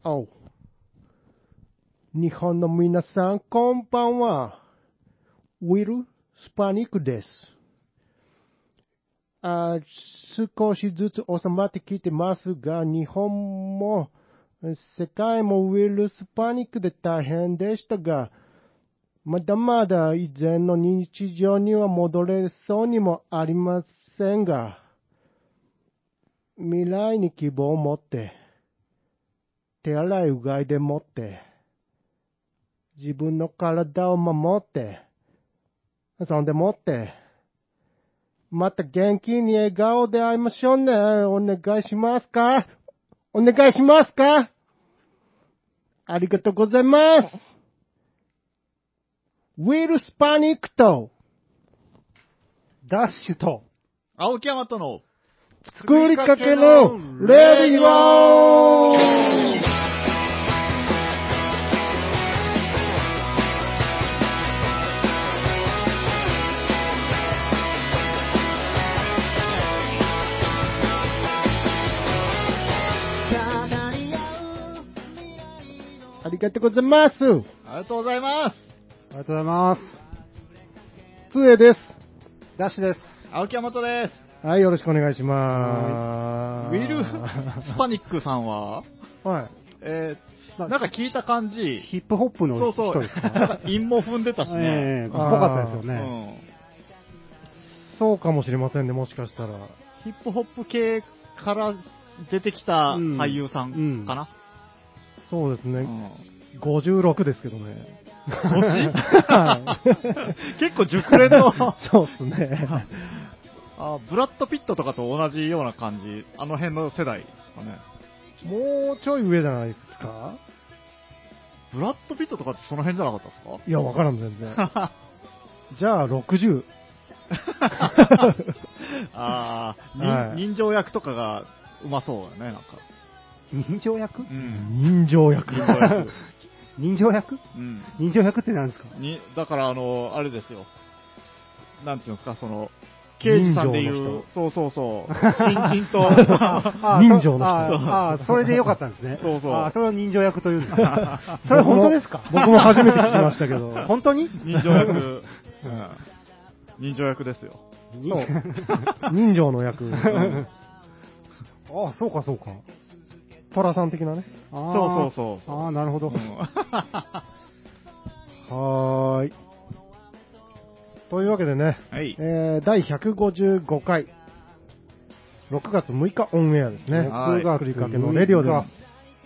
おう。日本の皆さん、こんばんは。ウィル・スパニックです。少しずつ収まってきてますが、日本も世界もウィル・スパニックで大変でしたが、まだまだ以前の日常には戻れそうにもありませんが、未来に希望を持って、手洗いうがいでもって、自分の体を守って、そんでもって、また元気に笑顔で会いましょうね。お願いしますか？お願いしますか？ありがとうございます。ウィル・スパニックと、 ダッシュと、 青木山との作りかけのレディオ。ありがとうございます。 ありがとうございます。 ありがとうございます。 つえです。 ダッシュです。 青木山とです。 はい、よろしくお願いします。 ウィル・スパニックさんは、 はい。 なんか聞いた感じ、 ヒップホップのそうそう、 人ですか？ 韻も踏んでたしね。 ぽかったですようね。 ん。 そうかもしれませんね、もしかしたら。 ヒップホップ系から出てきた俳優さんかな。 そうですね。 うん 56ですけどね。 年は結構熟練のそうですね。 ブラッド・ピットとかと同じような感じ、あの辺の世代ですかね。 もうちょい上じゃないですか？ ブラッド・ピットとかってその辺じゃなかったですか？ いや、わからん、全然。じゃあ、60。 人情役とかがうまそうだね、なんか。 人情役？ 人情役。 人情役？人情役って何ですか？ だから、あれですよ。なんていうんですか、刑事さんで言う、そうそうそう、新人と、 人情の人。それでよかったんですね。 そうそう。 それを人情役というんだ。それ本当ですか？ 僕も初めて聞きましたけど。 本当に？ 人情役。人情役ですよ。 人情の役。 そうかそうか。 トラさん的なね。 そう。 なるほど。 はーい。というわけでね、 はい。 第155回、6月6日オンエアですね。 6月作りかけのレディオです。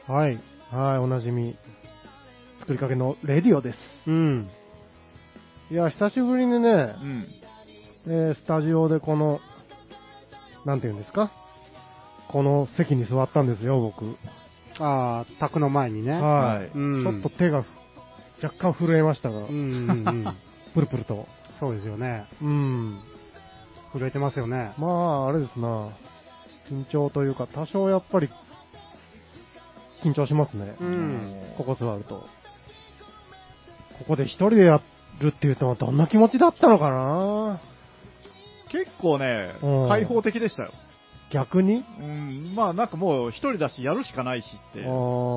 はい。 はい、おなじみ。作りかけのレディオです。いや、久しぶりにね、スタジオでこの、なんていうんですか、この席に座ったんですよ、僕。 卓の前にね。 はい。ちょっと手が若干震えましたが、プルプルと。 そうですよね。震えてますよね。 まあ、あれですな、緊張というか、多少やっぱり、緊張しますね。ここ座ると。ここで一人でやるっていうのはどんな気持ちだったのかな？ 結構ね、開放的でしたよ。 逆に？ まあなんかもう一人だしやるしかないしって。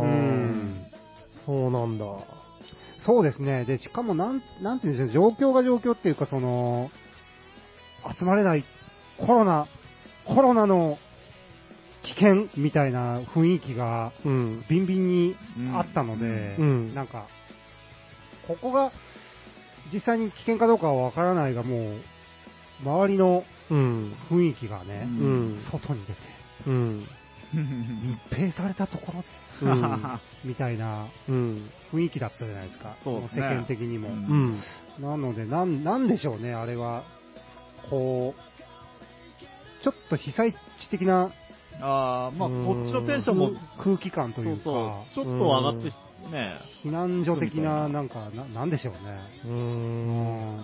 そうなんだ。 そうですね。で、しかもなんていうんですか、状況が状況っていうか、集まれないコロナの危険みたいな雰囲気が、ビンビンにあったので、なんか、ここが実際に危険かどうかはわからないが、もう、周りの雰囲気がね、外に出て、密閉されたところで、みたいな雰囲気だったじゃないですか、世間的にも。なので、なんでしょうね、あれは。こう、ちょっと被災地的な、 まあ、こっちのテンションも空気感というか、 ちょっと上がってね、 避難所的な、なんでしょうね。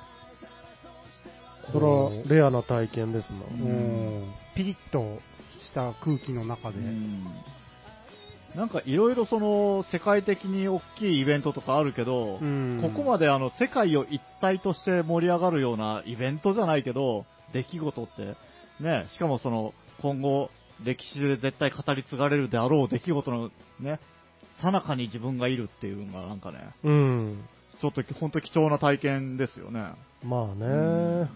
それはレアな体験ですな。 ピリッとした空気の中で。 なんかいろいろ世界的に大きいイベントとかあるけど、ここまで世界を一体として盛り上がるようなイベントじゃないけど、出来事って、ね、しかも今後、歴史で絶対語り継がれるであろう出来事のね、 最中に自分がいるっていうのがなんかね、 うん。 ちょっと本当に貴重な体験ですよね。 まあね。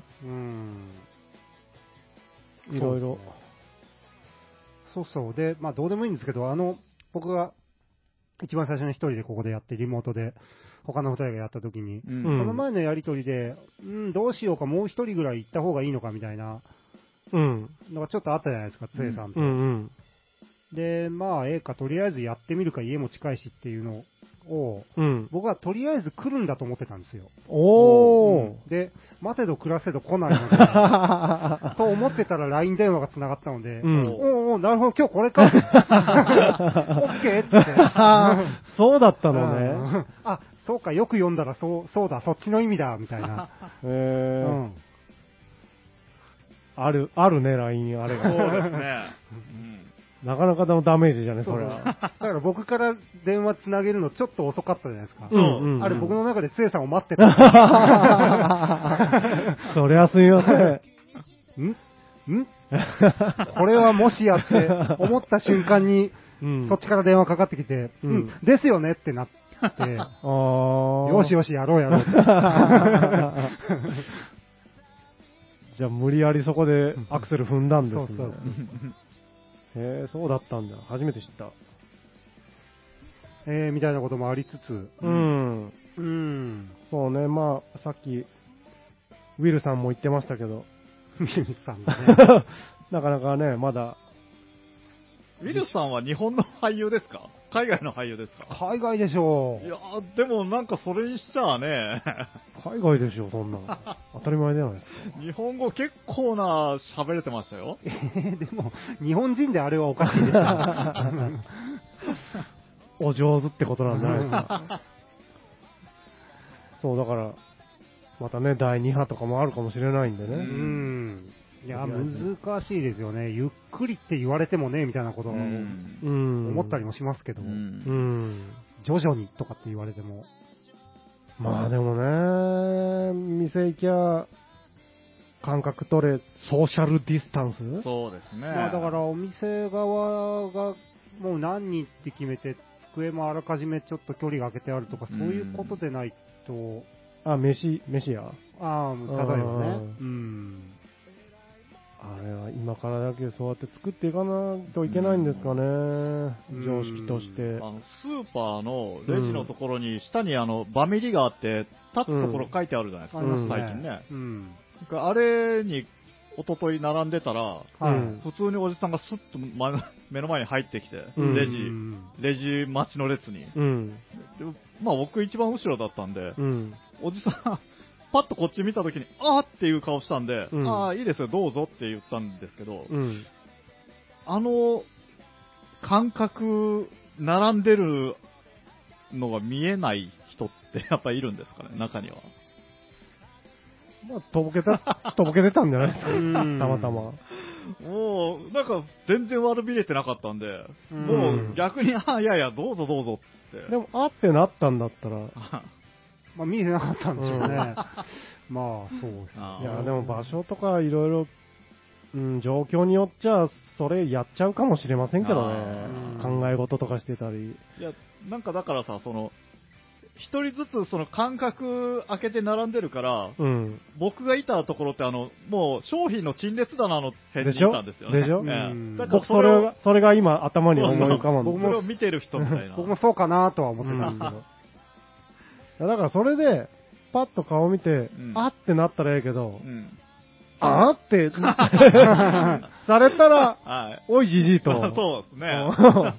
いろいろ。 そうそう。で、まあどうでもいいんですけど、僕が一番最初に一人でここでやって、リモートで、他の二人がやった時に、 うんその前のやりとりで、どうしようか、もう一人ぐらい行った方がいいのかみたいなのがちょっとあったじゃないですか、つえさんと。で、まあ、とりあえずやってみるか、家も近いしっていうのを、僕はとりあえず来るんだと思ってたんですよ。で、待てど暮らせど来ないので、と思ってたら LINE 電話が繋がったので、おなるほど、今日これか。OK って。 そうだったのね。 あ、そうか、よく読んだらそうだ、そっちの意味だ、みたいな。 あるね、LINE、あれが。 そうですね。 なかなかのダメージじゃね、それは。 だから僕から電話つなげるのちょっと遅かったじゃないですか。 あれ僕の中でつえさんを待ってた。 そりゃすみません。 これはもしやって思った瞬間に、そっちから電話かかってきて、ですよねってなって、よしよしやろうやろうって。 じゃあ無理やりそこでアクセル踏んだんですね。 そうそうだったんだ。初めて知った。 みたいなこともありつつ。 そうね、まあ、さっき、ウィルさんも言ってましたけど。 ウィルさんね。 なかなかね、まだ。 ウィルさんは日本の俳優ですか？海外の俳優ですか？ 海外でしょう。 いやでもなんかそれにしちゃあね。 海外でしょ、そんな。当たり前じゃないですか。 日本語結構な喋れてましたよ。 でも、日本人であれはおかしいでしょ。 お上手ってことなんじゃないですか。そう、だから、またね、第2波とかもあるかもしれないんでね。 いや、難しいですよね。ゆっくりって言われてもね、みたいなことを思ったりもしますけど、徐々にとかって言われても。 まあでもね、店行きゃ、間隔取れ、ソーシャルディスタンス？ そうですね。 まあだからお店側がもう何人って決めて、机もあらかじめちょっと距離が空けてあるとか、そういうことでないと。 飯屋？ 例えばね。 あれは今からだけそうやって作っていかないといけないんですかね、常識として。 スーパーのレジのところに下にバミリがあって立つところ書いてあるじゃないですか、最近ね。あれに一昨日並んでたら、普通におじさんがスッと目の前に入ってきて、レジ待ちの列に。まあ僕一番後ろだったんで、おじさん、パッとこっち見たときに、あーっていう顔したんで、いいですよ、どうぞって言ったんですけど、感覚、並んでるのが見えない人ってやっぱいるんですかね、中には。 まあ、とぼけてたんじゃないですか、たまたま。 もう、なんか、全然悪びれてなかったんで、もう逆に、いやいや、どうぞどうぞって。 でも、ってなったんだったら、 まあ見えてなかったんでしょうね。まあそうですね。 いやでも場所とかいろいろ、状況によっちゃそれやっちゃうかもしれませんけどね。考え事とかしてたり。 いやなんかだからさ、一人ずつその間隔開けて並んでるから、僕がいたところってもう商品の陳列棚の辺にいたんですよね。 でしょ？ だからそれが今頭に思い浮かぶんで。 僕も見てる人みたいな。 僕もそうかなとは思ってたんですけど。 だからそれで、パッと顔見て、あってなったらええけど、あって、されたら、おいじじいと。 そうですね。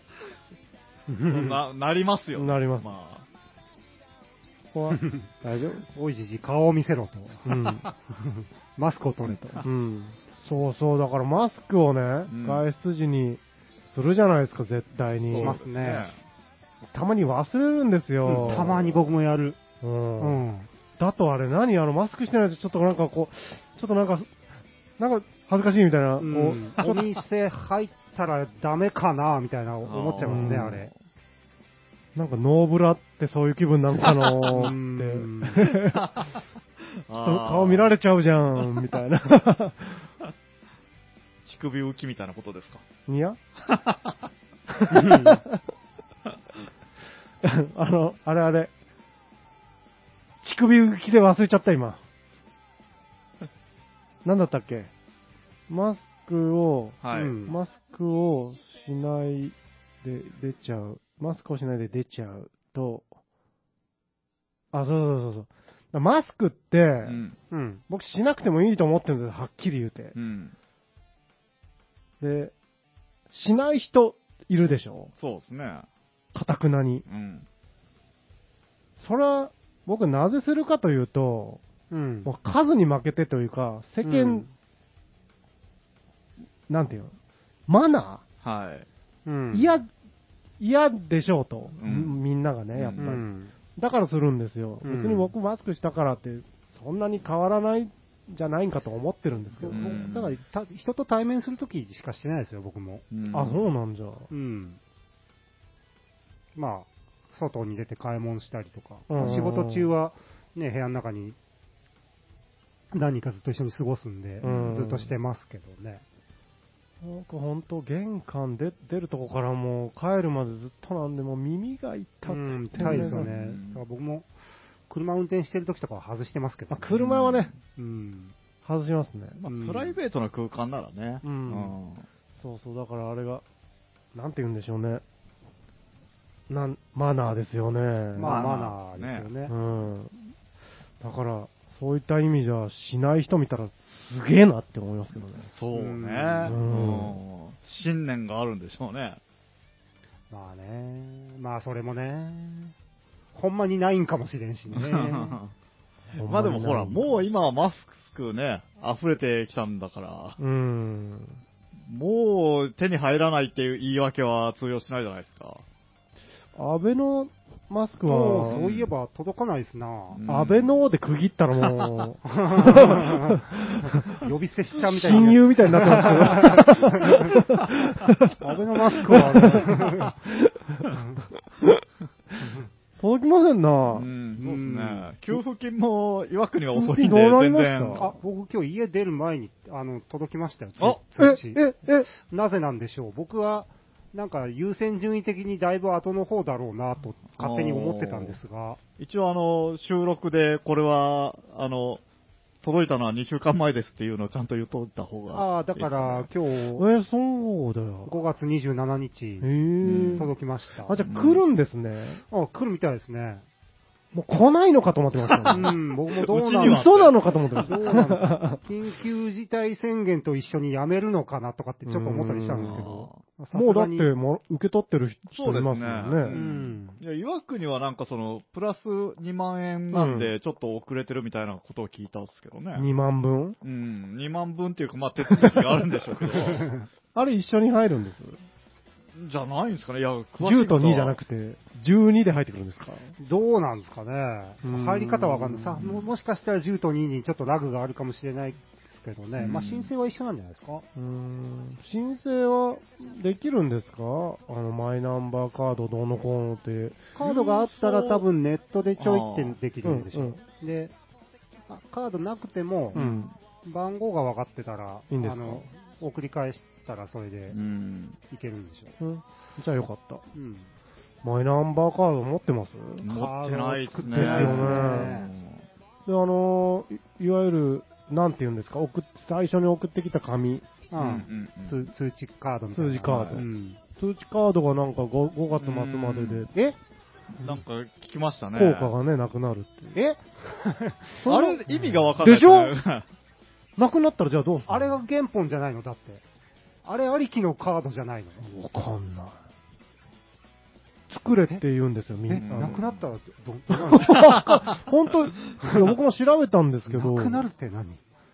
なりますよ。 なります。 まあ、 ここは大丈夫？ おいじじい、顔を見せろと。マスクを取れと。 そうそう、だからマスクをね、外出時にするじゃないですか、絶対に。 しますね。 たまに忘れるんですよ。 たまに僕もやる。 だとあれ何マスクしてないとちょっとなんかこう、ちょっとなんか恥ずかしいみたいな。 お店入ったらダメかなみたいな思っちゃいますね、あれ。 なんかノーブラってそういう気分なんかのって。ちょっと顔見られちゃうじゃん、みたいな。 乳首浮きみたいなことですか？ いやあれ。乳首浮きで忘れちゃった、今。なんだったっけ？マスクをしないで出ちゃう。マスクをしないで出ちゃうと、そう。マスクって、僕しなくてもいいと思ってるんですよ、はっきり言うて。で、しない人いるでしょ？ そうですね。 かたくなに。それは、僕なぜするかというと、もう数に負けてというか、世間、なんていうの、マナー、嫌でしょうと、みんながね、やっぱり。だからするんですよ。別に僕マスクしたからって、そんなに変わらないんじゃないかと思ってるんですけど、 だから人と対面するときしかしてないですよ、僕も。 あ、そうなんじゃ。 まあ、外に出て買い物したりとか、仕事中はね、部屋の中に何人かずっと一緒に過ごすんで、ずっとしてますけどね。 なんか本当、玄関出るとこからもう帰るまでずっとなんで、もう耳が痛くて。 痛いですよね。だから僕も車運転してるときとかは外してますけど、ね。 車はね、外しますね。 プライベートな空間ならね。 そう、だからあれが、なんて言うんでしょうね。マナーですよね。 マナーですよね。 だから、そういった意味じゃ、しない人見たらすげえなって思いますけどね。 そうね。信念があるんでしょうね。 まあね。まあそれもね、ほんまにないんかもしれんしね。 まあでもほら、もう今はマスクね、溢れてきたんだから。もう手に入らないっていう言い訳は通用しないじゃないですか。 安倍のマスクは、 そういえば届かないですな。 安倍ので区切ったらもう、呼び捨てしちゃうみたいな。 親友みたいになってますけど。 安倍のマスクは、 届きませんな。 そうですね。給付金も岩国は遅いんで、全然。 僕今日家出る前に、届きましたよ。なぜなんでしょう。僕は、なんか優先順位的にだいぶ後の方だろうなと勝手に思ってたんですが。 一応収録でこれは、届いたのは2週間前ですっていうのをちゃんと言っといた方が。 だから今日、 そうだよ。 5月27日、届きました。 じゃあ来るんですね。 来るみたいですね。 もう来ないのかと思ってました。 僕もどうなの嘘なのかと思ってました。 緊急事態宣言と一緒にやめるのかなとかってちょっと思ったりしたんですけど。 もうだって受け取ってる人いますもんね。いや、岩国はなんかプラス2万円なんで、ちょっと遅れてるみたいなことを聞いたんですけどね。 2万分 2万分っていうか、まあ手続きがあるんでしょうけど。 あれ一緒に入るんですじゃないんですかね。いや、 10と2じゃなくて、12で入ってくるんですか？ どうなんですかね。入り方はわかんない。もしかしたら10と2にちょっとラグがあるかもしれないですけどね。まあ申請は一緒なんじゃないですか？ 申請はできるんですか？マイナンバーカードどうのこうのって。 カードがあったら多分ネットでちょいってできるんでしょう。で、カードなくても、番号が分かってたら、 いいんですか？ 送り返したらそれでいけるんでしょう。 じゃあよかった。マイナンバーカード持ってます？ 持ってないですね。 で、いわゆる、なんて言うんですか、最初に送ってきた紙。 通知カードみたいな。 通知カード。通知カードがなんか 5月末までで。 なんか聞きましたね。 効果がね、なくなるって。 あれ、意味がわかんない。 でしょ？なくなったらじゃあどうする？ あれが原本じゃないのだって。あれありきのカードじゃないの？ わかんない。作れって言うんですよ、みんな。 なくなったら本当、僕も調べたんですけど。 なくなるって何？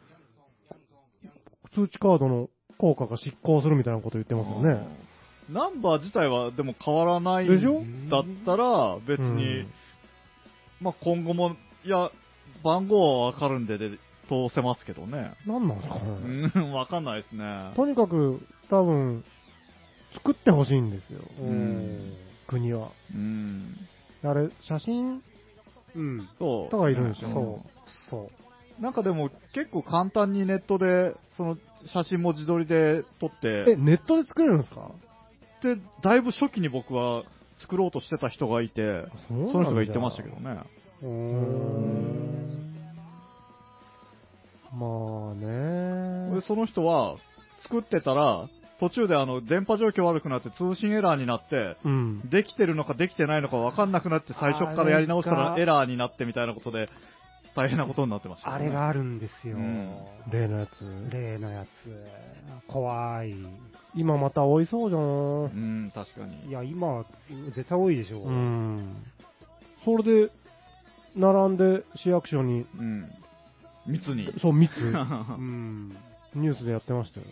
通知カードの効果が失効するみたいなこと言ってますよね。 ナンバー自体はでも変わらないんだったら、別に、まあ今後も、いや、番号はわかるんで通せますけどね。 何なんですかね。 わかんないですね。 とにかく、多分、作ってほしいんですよ。国は。あれ、写真とかいるんでしょ。 そう。 なんかでも結構簡単にネットで、その写真も自撮りで撮って。 ネットで作れるんですか？ で、だいぶ初期に僕は作ろうとしてた人がいて、その人が言ってましたけどね。 まあね。 で、その人は、作ってたら、途中で電波状況悪くなって通信エラーになって、できてるのかできてないのか分かんなくなって最初からやり直したらエラーになってみたいなことで、大変なことになってました、ね。 あれがあるんですよ。 例のやつ。 例のやつ。怖い。 今また多いそうじゃん。 確かに。 いや、今、絶対多いでしょ。 それで、並んで市役所に、 密に。 そう、密。ニュースでやってましたよ。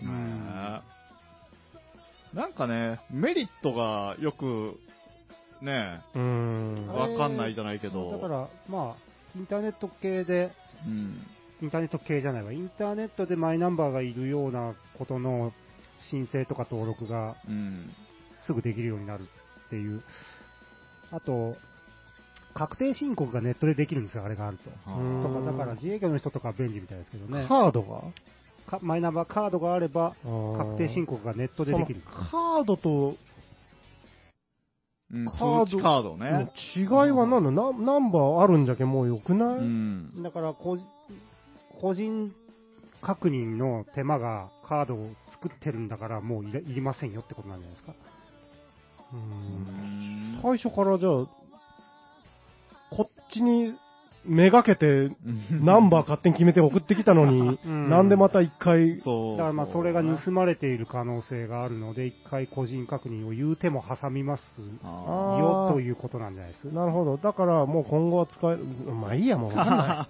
なんかね、メリットがよく、ね、わかんないじゃないけど。 だから、まあ、インターネット系で、インターネット系じゃないわ、インターネットでマイナンバーがいるようなことの申請とか登録が、すぐできるようになるっていう。あと、確定申告がネットでできるんですよ、あれがあると。とか、だから自営業の人とかは便利みたいですけどね。 カードがマイナンバーカードがあれば、確定申告がネットでできる。 カードと、 通知カードね。 違いは何だ、ナンバーあるんじゃけもうよくない？ だから、個人確認の手間がカードを作ってるんだから、もういりませんよってことなんじゃないですか。 最初からじゃあ、こっちにめがけてナンバー勝手に決めて送ってきたのに、なんでまた一回。 だからまあそれが盗まれている可能性があるので、一回個人確認を言うても挟みますよということなんじゃないですか。 なるほど。だからもう今後は使える。まあいいや、もう分かんない。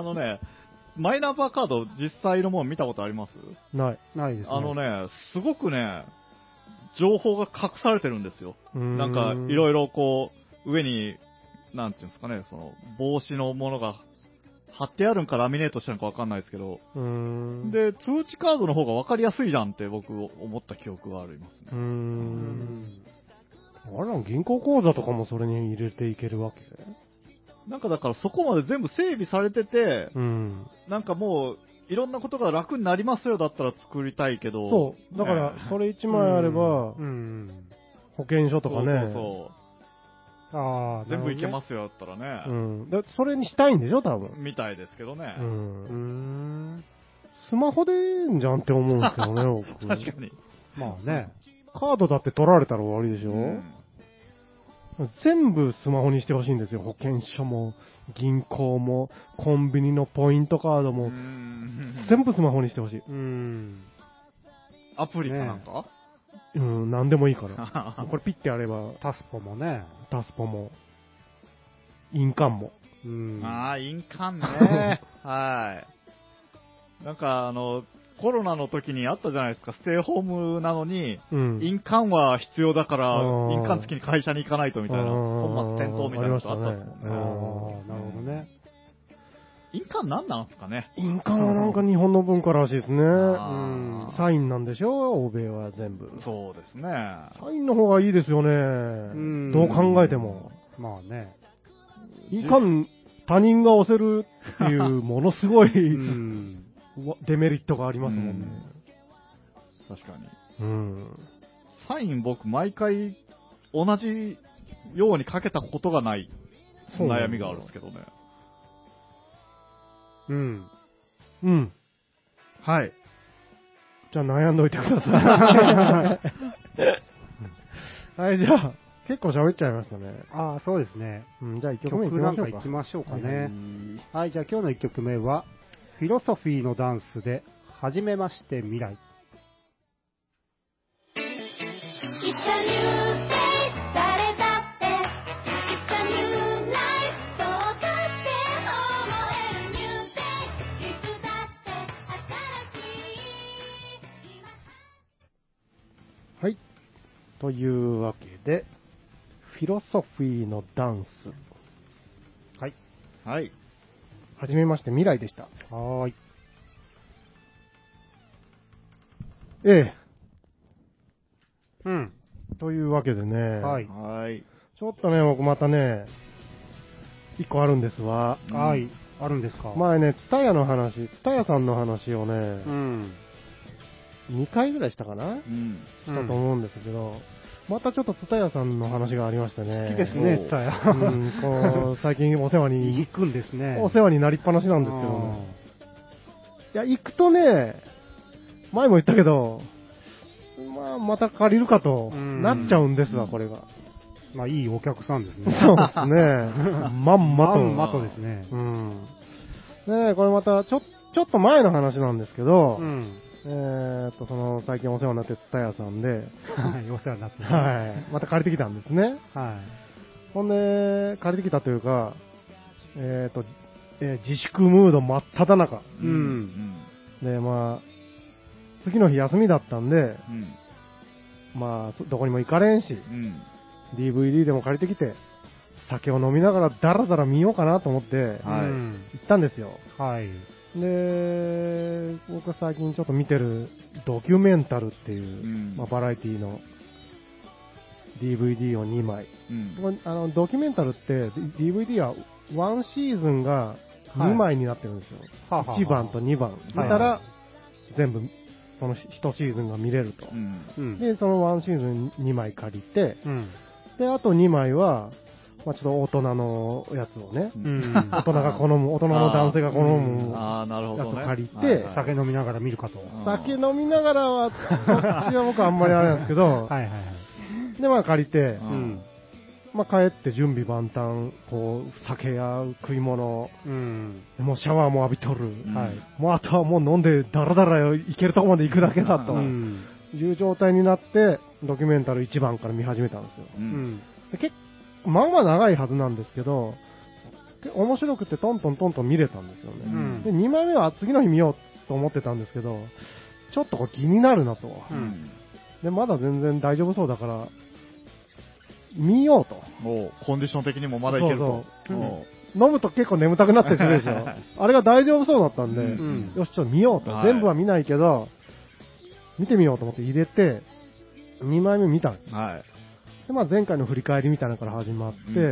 ね、マイナンバーカード実際のもの見たことあります？ ないですね。 すごくね、情報が隠されてるんですよ。なんかいろいろこう、上に、なんていうんですかね、その帽子のものが貼ってあるんかラミネートしてるのかわかんないですけど、で、通知カードの方がわかりやすいじゃんって僕思った記憶がありますね。 あれ銀行口座とかもそれに入れていけるわけ？ なんかだからそこまで全部整備されてて、なんかもういろんなことが楽になりますよだったら作りたいけど、 そう、だからそれ1枚あれば、保険証とかね、 全部いけますよだったらね、 それにしたいんでしょ多分。 みたいですけどね。 スマホでいいんじゃんって思うんですけどね、僕。 確かに。 まあね。 カードだって取られたら終わりでしょ、全部スマホにしてほしいんですよ。保険証も、銀行も、コンビニのポイントカードも、全部スマホにしてほしい。 アプリかなんか？ なんでもいいから。これピッてやれば。 タスポもね。 タスポも。印鑑も。 印鑑ね。はい。なんかコロナの時にあったじゃないですか、ステイホームなのに、印鑑は必要だから、印鑑付きに会社に行かないとみたいな、本末転倒みたいなことあったんですよね。 なるほどね。 印鑑何なんですかね？ 印鑑はなんか日本の文化らしいですね。サインなんでしょ欧米は全部。 そうですね。 サインの方がいいですよね。どう考えても。 まあね。 印鑑、他人が押せるっていう、ものすごいデメリットがありますもんね。 確かに。サイン僕毎回同じように書けたことがない悩みがあるんですけどね。はい。 じゃあ悩んどいてください。はい、じゃあ、結構喋っちゃいましたね。 そうですね。 じゃあ1曲目行きましょうかね。はい、じゃあ今日の1曲目は、フィロソフィーのダンスで、はじめまして未来。 はい。というわけで、フィロソフィーのダンス。 はい。はい。 はじめまして未来でした。 はーい。 というわけでね。 はい。 ちょっとね、僕またね、一個あるんですわ。 はい。あるんですか。 前ね、ツタヤさんの話をね、2回ぐらいしたかな、したと思うんですけど、 またちょっとツタヤさんの話がありましたね。 好きですね、ツタヤ。 最近お世話に、 行くんですね。 お世話になりっぱなしなんですけどね。いや、行くとね、前も言ったけど、まあ、また借りるかとなっちゃうんですわ、これが。 まあ、いいお客さんですね。 そうですね。まんまと。 まんまとですね。 ねこれまた、ちょっと前の話なんですけど、その、最近お世話になってツタヤさんで、 はい、お世話になって、 はい。また借りてきたんですね。 はい。 ほんで、借りてきたというか、自粛ムード真っ只中。で、まあ、次の日休みだったんで、まあ、どこにも行かれんし、DVD でも借りてきて、酒を飲みながらダラダラ見ようかなと思って、行ったんですよ。 はい。 で、僕最近ちょっと見てるドキュメンタルっていう、まあ、バラエティの DVD を2枚。ドキュメンタルって DVD は1シーズンが2枚になってるんですよ。1番と2番。見たら全部その1シーズンが見れると。で、その1シーズン2枚借りて、で、あと2枚は、まあ、ちょっと大人のやつをね、大人が好む、大人の男性が好むやつを借りて、 酒飲みながら見るかと。 酒飲みながらは、こっちは僕あんまりあれなんですけど、で、まあ借りて、まあ帰って準備万端、こう、酒や食い物、もうシャワーも浴びとる、もうあとはもう飲んでダラダラ行けるとこまで行くだけだと、いう状態になって、ドキュメンタル1番から見始めたんですよ。まあまあ長いはずなんですけど、面白くてトントン見れたんですよね。で、2枚目は次の日見ようと思ってたんですけど、ちょっとこう気になるなと。で、まだ全然大丈夫そうだから、見ようと。 コンディション的にもまだいけると。 飲むと結構眠たくなってくるでしょ。あれが大丈夫そうだったんで、よし、ちょっと見ようと。全部は見ないけど、見てみようと思って入れて、2枚目見たんです。で、まあ前回の振り返りみたいなのから始まって、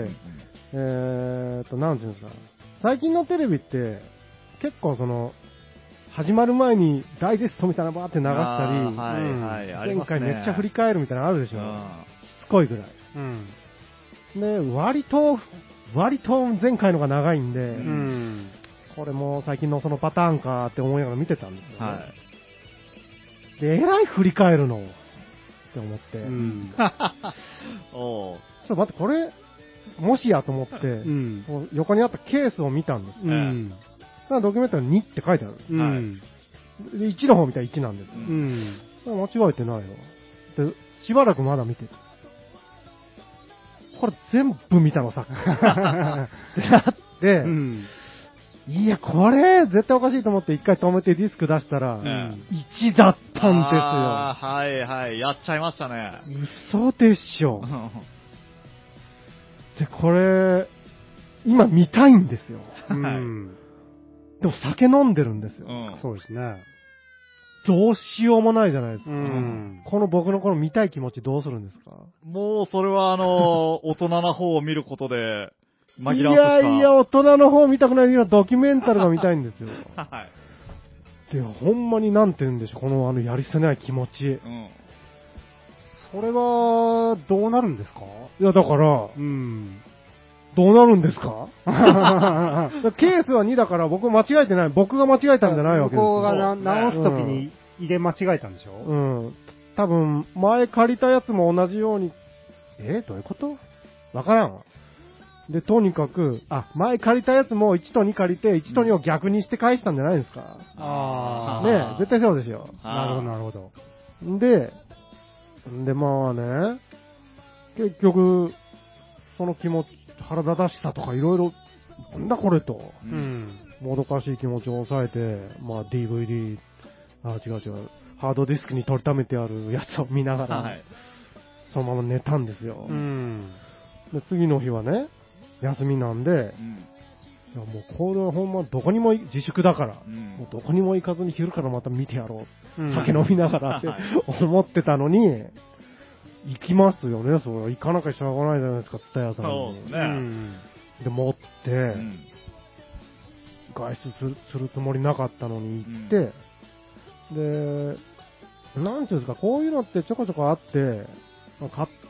なんていうんですか、最近のテレビって、結構その、始まる前にダイジェストみたいなのバーって流したり、前回めっちゃ振り返るみたいなのあるでしょ。しつこいぐらい。で、割と前回のが長いんで、これも最近のそのパターンかって思いながら見てたんですよね。で、えらい振り返るの。って思って、ちょっと待って、これ、もしやと思って、横にあったケースを見たんです。ドキュメンタリー2って書いてある。で1の方見たら1なんです。間違えてないよ。で、しばらくまだ見てる。これ全部見たのさ。ってなって、いや、これ、絶対おかしいと思って一回止めてディスク出したら、1だったんですよ。 やっちゃいましたね。 嘘でしょ。で、これ、今見たいんですよ。でも酒飲んでるんですよ。 そうですね。 どうしようもないじゃないですか。この僕のこの見たい気持ちどうするんですか？ もうそれは大人な方を見ることで、紛らわすしか。 いや、大人の方見たくないよ。ドキュメンタルが見たいんですよ。で、ほんまになんて言うんでしょう、このやり捨てない気持ち。 それは、どうなるんですか？ いや、だから、どうなるんですか？ケースは2だから僕間違えてない。僕が間違えたんじゃないわけですよ。 向こうが直すときに入れ間違えたんでしょ？ 多分、前借りたやつも同じように、どういうこと？わからんわ。で、とにかく、前借りたやつも1と2借りて、1と2を逆にして返したんじゃないですか。ねえ、絶対そうですよ。 なるほど、なるほど。 で、まあね、結局、その気持ち、腹立たしさとかいろいろ、なんだこれと、もどかしい気持ちを抑えて、まあ DVD、違う、ハードディスクに取りためてあるやつを見ながら、そのまま寝たんですよ。で、次の日はね、休みなんで、いやもうこれはほんまどこにも自粛だから、もうどこにも行かずに昼からまた見てやろう、酒飲みながらって思ってたのに、行きますよね、それ行かなきゃしょうがないじゃないですか、ツタヤさんに。 そうですね。 で、持って、外出するつもりなかったのに行って、で、なんていうんですか、こういうのってちょこちょこあって、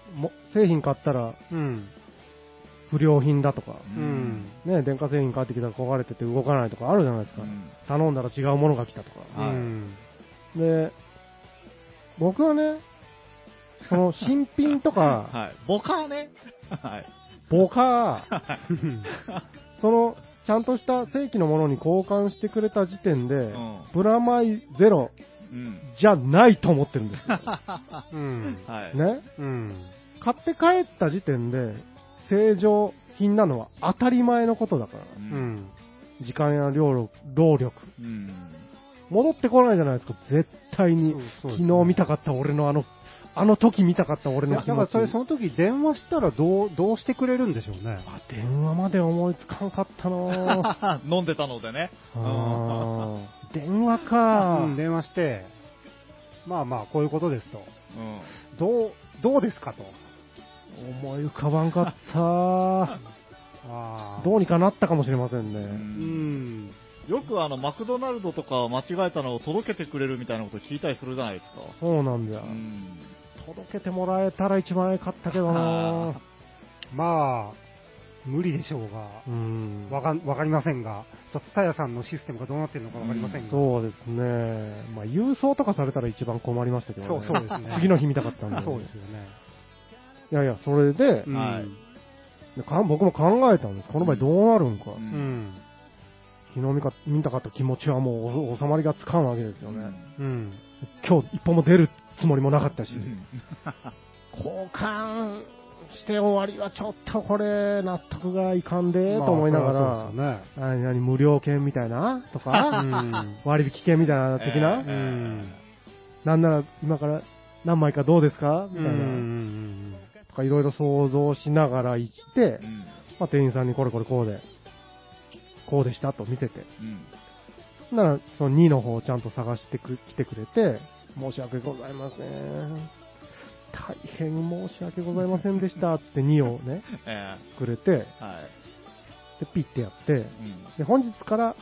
製品買ったらうん。 不良品だとか、 うん。 ね、電化製品買ってきたら壊れてて動かないとかあるじゃないですか。頼んだら違うものが来たとか。 うはいん。 で、僕はね、その新品とか、 はい。ボカーね。はい。 ボカー、その、ちゃんとした正規のものに交換してくれた時点で、 うんプラマイゼロうん。 じゃないと思ってるんですよ。 うん。 はい。 ね。 うん。 買って帰った時点で、正常品なのは当たり前のことだから。 う。 うんん。 時間や労力。 うん。 戻ってこないじゃないですか、絶対に。 そうですね昨日見たかった俺のあの時見たかった俺いや、 の気持ち。 だからそれ、その時電話したらどうしてくれるんでしょうね。 あ、電話まで思いつかんかったなぁ。 飲んでたのでね。 あー電話か、 うん、電話して、まあまあ、こういうことですと。 うん。 どうですかと。 思い浮かばんかったああ。 どうにかなったかもしれませんね。 ううんん。 よくマクドナルドとか間違えたのを届けてくれるみたいなこと聞いたりするじゃないですか。 そうなんだよ。 うん。 届けてもらえたら一番良かったけどなぁ。 まあ、無理でしょうが、 うん。 わかりませんが、ツタヤさんのシステムがどうなってるのかわかりませんが。 そうですね。まあ、郵送とかされたら一番困りましたけどね。 そうですね。 次の日見たかったんで。 そうですよね。 いやいや、それで、 うんはいで僕も考えたんです。この場合どうなるんか。 うんうん。 昨日見たかった気持ちはもう収まりがつかんわけですよね。 うん。 今日一歩も出るつもりもなかったし、 うん交換して終わりはちょっとこれ納得がいかんでと思いながら、 まあそうですよね。 何無料券みたいなとうか、 ん。 割引券みたいな的な、 うん。 なんなら今から何枚かどうですかみたいな、 うん。 とかいろいろ想像しながら行ってう、んまあ、店員さんにこれこうでしたと見せて、 うんならその2の方をちゃんと探して来てくれて、申し訳ございません。大変申し訳ございませんでした。つって2をね、くれて、 はい。 で、ピッてやって、 うんで、本日から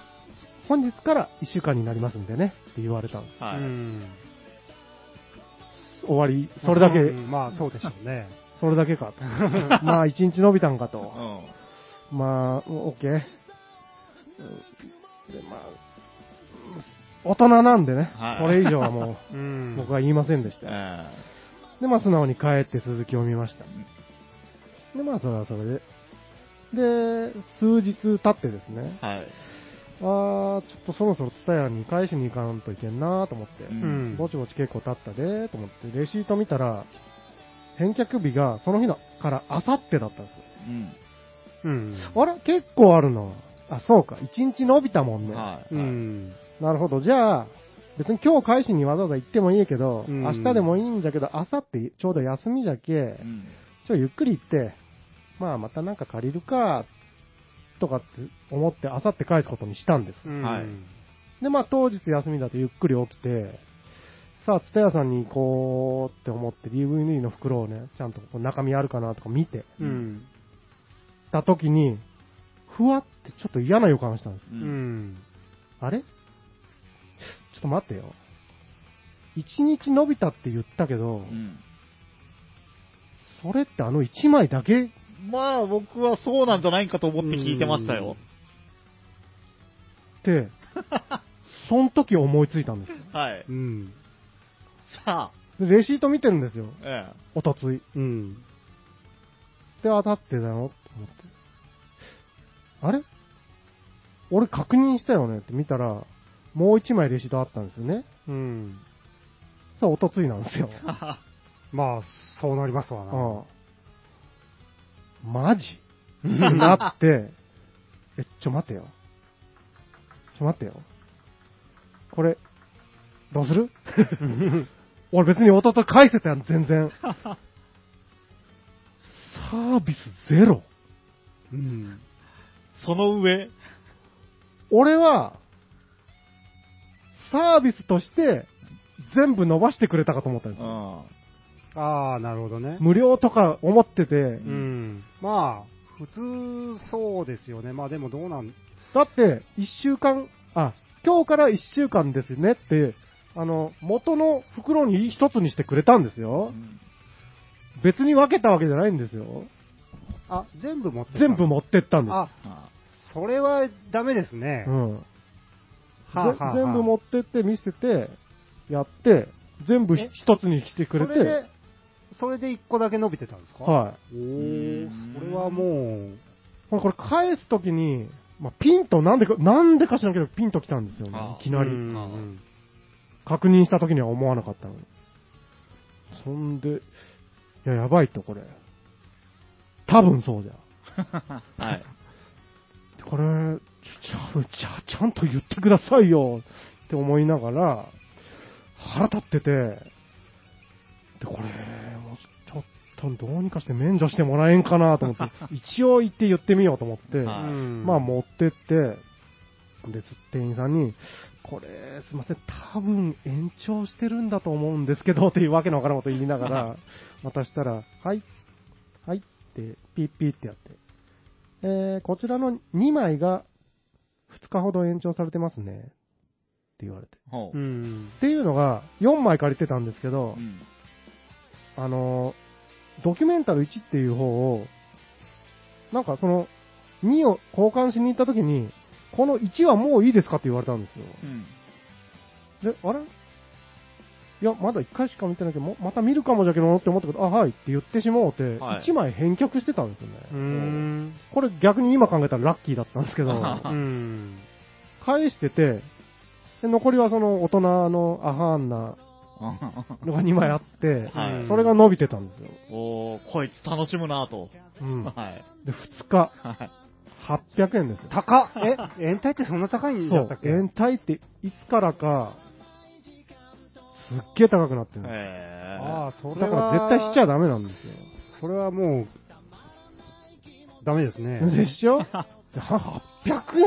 1週間になりますんでね、って言われたんです。 はい。 終わり、それだけ、 うんまあそうでしょうね。 それだけかと。まあ、1日伸びたんかと。 うんまあ、オッケー。で、まあ、大人なんでね、 はいこれ以上はもうう、 ん。 僕は言いませんでした。で、まあ、素直に帰って続きを見ました。で、まあ、それはそれで。で、数日経ってですね、 はい。 ちょっとそろそろツタヤに返しに行かんといけんなと思って、 うんぼちぼち結構経ったでと思って、レシート見たら、返却日がその日のからあさってだったんですよ。 うん。 うん。 あれ結構あるな。あ、そうか。1日伸びたもんね。 はい。 うん。 なるほど。じゃあ、別に今日返しにわざわざ行ってもいいけど、 うん明日でもいいんだけど、明後日ちょうど休みじゃけ、 うんゆっくり行って、まあまたなんか借りるか、とかって思って明後日返すことにしたんです。 はいで、まあ当日休みだとゆっくり起きて、さあ、ツタヤさんに行こうって思って DVD の袋をね、ちゃんとこう中身あるかなとか見てうん。 た時に、ふわってちょっと嫌な予感したんです。 う。 うんん。 あれちょっと待ってよ。1日伸びたって言ったけど、 うん。 それってあの1枚だけまあ、僕はそうなんじゃないかと思って聞いてましたよ。 って、その時思いついたんですよ。 はい。 うん。 さあ、 でレシート見てるんですよ。 えおとつい。 うん。 で、当たってだよ、と思って。あれ俺確認したよねって見たら、もう1枚レシートあったんですよね。 うん。 さあ、おとついなんですよ。 え。 まあ、そうなりますわな。 マジってなって、待てよ。待ってよ。これ、どうする俺別におととい返せたやん、全然。サービスゼロ。 うん。 その上、 俺は、サービスとして全部伸ばしてくれたかと思ったんですうよ。 ん。 ああ、なるほどね。 無料とか思ってて、 うん。まあ、普通そうですよね。まあでもどうなん、 だって、今日から1週間ですねって、元の袋に一つにしてくれたんですよ。 別に分けたわけじゃないんですよ。 あ、全部持ってった全部持ってったんです。 あ、それはダメですね。 うん。 はあはあはあ全部持ってって見せて、やって、全部一つにしてくれて。 それで1個だけ伸びてたんですか？ はい。 おー、それはもう。 これ返すときに、まあ、ピンとなんでか知らんけどピンと来たんですよね。いきなり。確認したときには思わなかったのに。そんで、いや、やばいと、これ。多分そうじゃ。 はい。 これ、ちゃんと言ってくださいよって思いながら、腹立ってて、で、これ、もうちょっとどうにかして免除してもらえんかなと思って、一応言ってみようと思って、まあ持ってって、で、店員さんに、これ、すいません、多分延長してるんだと思うんですけど、っていうわけのわからんこと言いながら、渡したら、はい、はいって、ピッピッってやって、こちらの2枚が2日ほど延長されてますね、って言われて。っていうのが、4枚借りてたんですけど、ドキュメンタル1っていう方を、なんかその、2を交換しに行った時に、この1はもういいですかって言われたんですよ。で、あれいや、まだ1回しか見てないけど、また見るかもじゃけどって思ったけど、あ、はいって言ってしもうて、1枚返却してたんですよね。これ逆に今考えたらラッキーだったんですけど、返してて、で残りはその大人のアハーンなのが2枚あって、それが伸びてたんですよ。 おー、こいつ楽しむなぁと。 はい。で、2日。800円ですよ。 高っ延滞ってそんな高いんだったっけ？ 延滞っていつからか、すっげえ高くなってるんです。 ああ、それは。 だから絶対しちゃダメなんですよ。 それはもう、ダメですね。 でしょ ?800 円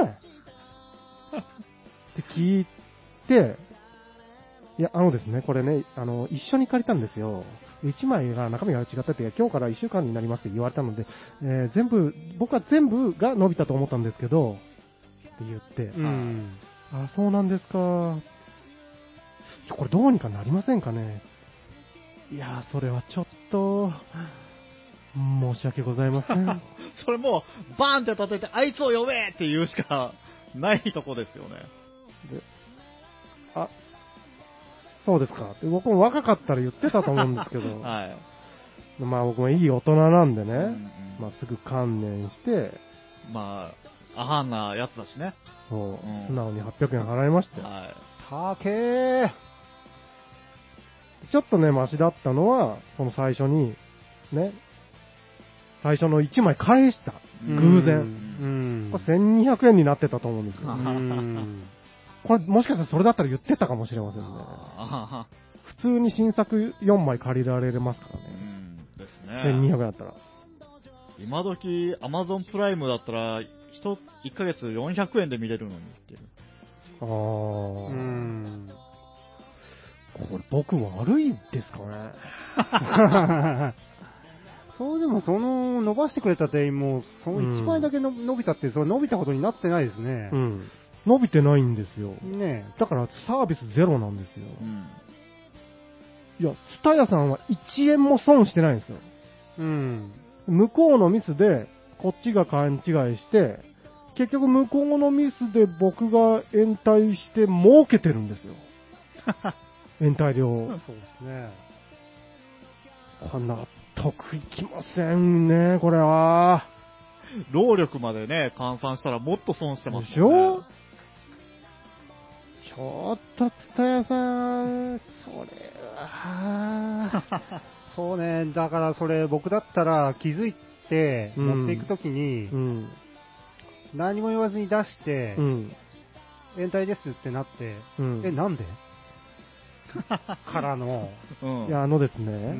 って聞いて、いや、ですね、これね、一緒に借りたんですよ。1枚が中身が違ってて、今日から1週間になりますって言われたので、僕は全部が伸びたと思ったんですけど、って言って、あ、そうなんですか。これどうにかなりませんかね。いや、それはちょっと、申し訳ございません。 それもう、バーンって立てて、あいつを呼べって言うしかないとこですよね。 で、あ、そうですか。僕も若かったら言ってたと思うんですけど、 はい。 まあ僕もいい大人なんでね、まあすぐ観念して、 まあ、アハンなやつだしね。 そう、素直に800円払いましたよ。 はい。 高え。 ちょっとね、マシだったのは、その最初に、ね、最初の1枚返した。偶然。これ1200円になってたと思うんですよ。これもしかしたらそれだったら言ってたかもしれませんね。普通に新作4枚借りられますからね。 ですね。 1200円だったら。 今時、Amazon プライムだったら、1ヶ月400円で見れるのにっていう。 これ僕悪いですかね。 そうでも伸ばしてくれた店員も、その1枚だけ伸びたって、それ伸びたことになってないですね。 伸びてないんですよ。 ねだからサービスゼロなんですよ。いや、ツタヤさんは1円も損してないんですよ。向こうのミスで、こっちが勘違いして、結局向こうのミスで僕が延滞して儲けてるんですよ。延滞料。 そうですね。 納得いきませんね、これは。 労力までね、換算したらもっと損してますね。 でしょ？ちょっと、ツタヤさん、それは。 そうね、だからそれ僕だったら気づいて持っていくときに、何も言わずに出して、延滞ですってなって、なんでからの、 いや、ですね、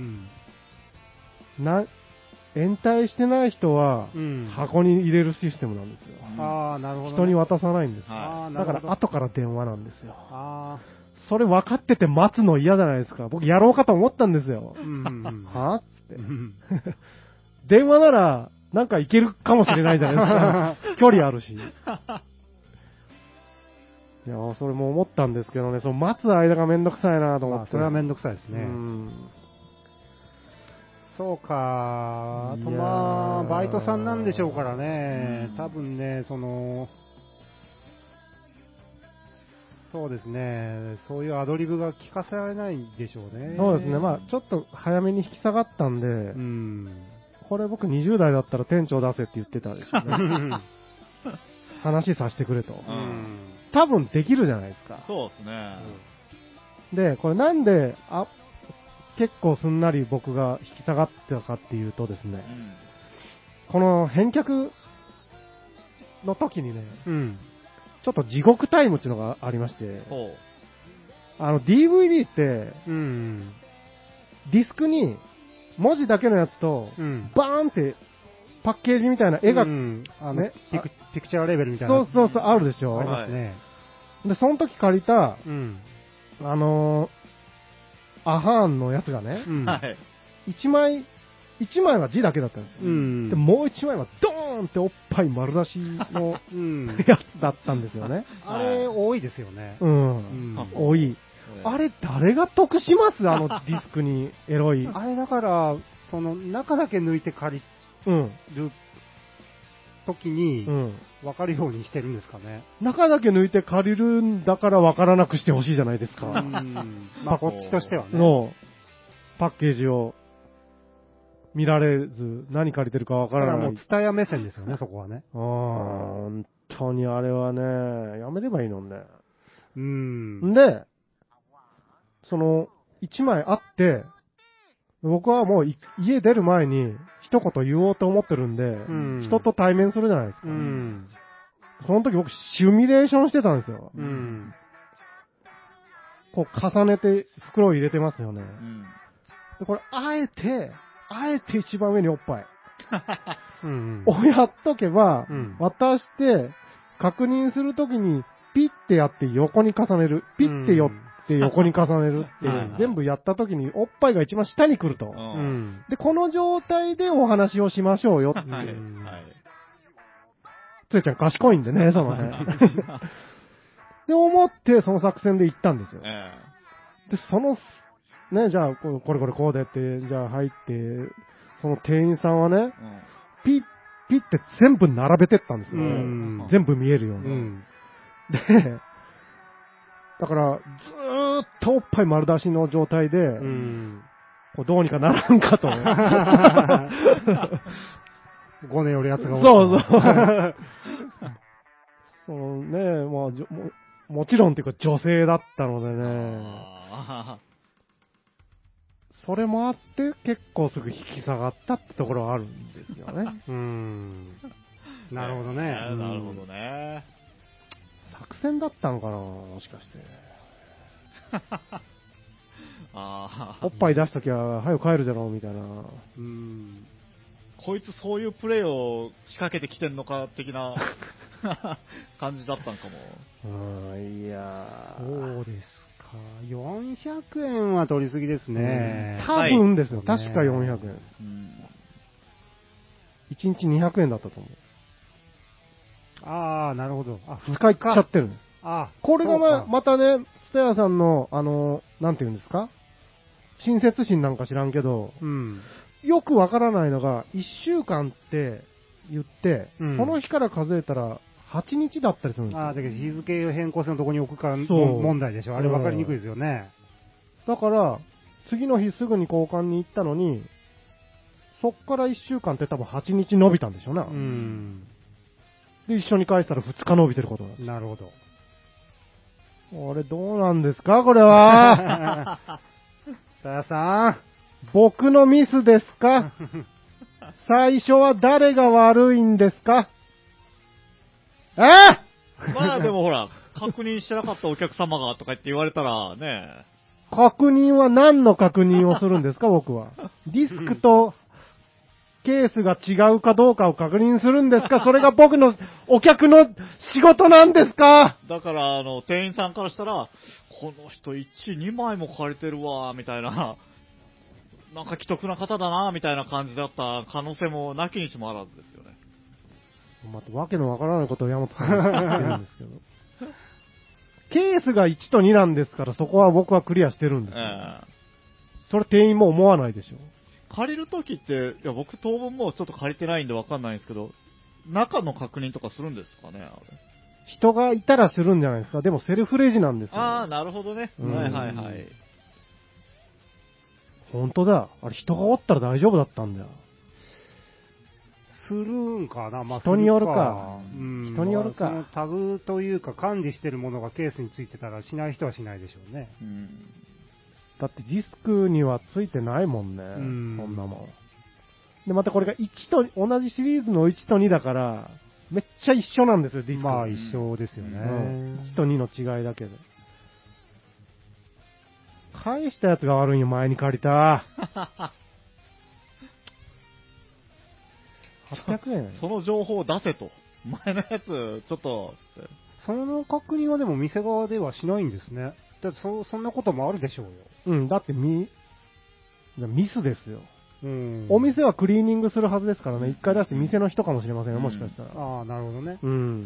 延滞してない人は、箱に入れるシステムなんですよ。 ああ、なるほど、ね。 人に渡さないんですよ。だから、後から電話なんですよ。それ分かってて待つの嫌じゃないですか。僕やろうかと思ったんですよ。はぁつって。電話なら、なんかいけるかもしれないじゃないですか。距離あるし。いや、それも思ったんですけどね、その待つ間がめんどくさいなと思って。 それはめんどくさいですね。 そうか。あとバイトさんなんでしょうからね。多分ね、そうですね。そういうアドリブが聞かせられないでしょうね。 そうですね。ちょっと早めに引き下がったんで、これ僕20代だったら店長出せって言ってたでしょうね。話させてくれと。多分できるじゃないですか。 そうですね。 で、これなんで、結構すんなり僕が引き下がったかっていうとですね、この返却の時にね、ちょっと地獄タイムっていうのがありまして、DVD って、ディスクに文字だけのやつと、バーンってパッケージみたいな絵が、ね、 ピクチャーレベルみたいな。 そう、あるでしょ。 ありますね。 で、その時借りた、アハーンのやつがね、1枚は字だけだったんですよ。でもう1枚はドーンっておっぱい丸出しのやつだったんですよね。 あれ、多いですよね。 多い。あれ、誰が得します？ディスクにエロい。 あれだから、中だけ抜いて借りる時に、分かるようにしてるんですかね。 中だけ抜いて借りるんだから分からなくしてほしいじゃないですか。 こっちとしてはね。 のパッケージを見られず、何借りてるか分からない。だからもう、ツタヤ目線ですよね、そこはね。 本当にあれはね、やめればいいのね。で、1枚あって、僕はもう家出る前に一言言おうと思ってるんで、人と対面するじゃないですか。その時僕シミュレーションしてたんですよ。こう重ねて袋を入れてますよね。でこれあえて一番上におっぱいをやっとけば、渡して確認するときにピッてやって横に重ねる、ピッて寄って横に重ねるって全部やったときにおっぱいが一番下に来ると。で、この状態でお話をしましょうよって。つえちゃん賢いんでね、そのね。で、思ってその作戦で行ったんですよ。で、ね、じゃあ、これこうでって、じゃあ入って、その店員さんはね、ピッって全部並べてったんですよ。全部見えるように。で、だから、ずーっとおっぱい丸出しの状態で、こうどうにかならんかと。 5年よりやつがそう。もちろんっていうか女性だったのでね。それもあって結構すぐ引き下がったってところはあるんですよね。 なるほどね。 なるほどね。 作戦だったのかな、もしかして。おっぱい出すときは、早く帰るじゃろうみたいな。 こいつそういうプレイを仕掛けてきてんのか的な感じだったんかも。 いやそうですか。400円は取りすぎですね。 多分ですよ。確か400円。1日200円だったと思う。 なるほど。 2日行っちゃってるんです。これがまたね、ツタヤさんの、なんて言うんですか、親切心なんか知らんけど、よくわからないのが、1週間って言って、その日から数えたら8日だったりするんですよ。 だけど日付を変更するどこに置くか問題でしょ。あれ分かりにくいですよね。 だから、次の日すぐに交換に行ったのに、そっから1週間って多分8日伸びたんでしょうな。で、一緒に返したら2日伸びてることなんです。 なるほど。 これどうなんですかこれは。 スタヤさん。 僕のミスですか最初は誰が悪いんですかまあでもほら、確認してなかったお客様がとか言って言われたらね。 確認は何の確認をするんですか僕は。ディスクとケースが違うかどうかを確認するんですかそれが僕のお客の仕事なんですかだから店員さんからしたら、この人1、2枚も借りてるわ、みたいな。なんか既得な方だな、みたいな感じだった可能性もなきにしもあらずですよね。 わけのわからないことを山本さんが言ってるんですけど。ケースが1と2なんですから、そこは僕はクリアしてるんですよ。それ店員も思わないでしょ。 借りるときって、いや僕当分もうちょっと借りてないんでわかんないんですけど、中の確認とかするんですかね、あれ。 人がいたらするんじゃないですか。でもセルフレジなんですよ。 ああ、なるほどね。はいはいはい。 本当だ。あれ人がおったら大丈夫だったんだよ。 するんかな、まあ、 人によるか。人によるか。 そのタグというか管理してるものがケースについてたらしない人はしないでしょうね。 だってディスクにはついてないもんね。そんなもん。で、またこれが1と、同じシリーズの1と2だから、めっちゃ一緒なんですよ、ディスク。 まあ一緒ですよね。 1と2の違いだけで。返したやつが悪いよ、前に借りた。800円。 その情報を出せと。前のやつ、ちょっと、つって。 その確認はでも店側ではしないんですね。だってそんなこともあるでしょうよ。 うん、だってミスですよ。お店はクリーニングするはずですからね、一回出して店の人かもしれませんよ、もしかしたら。 ああ、なるほどね。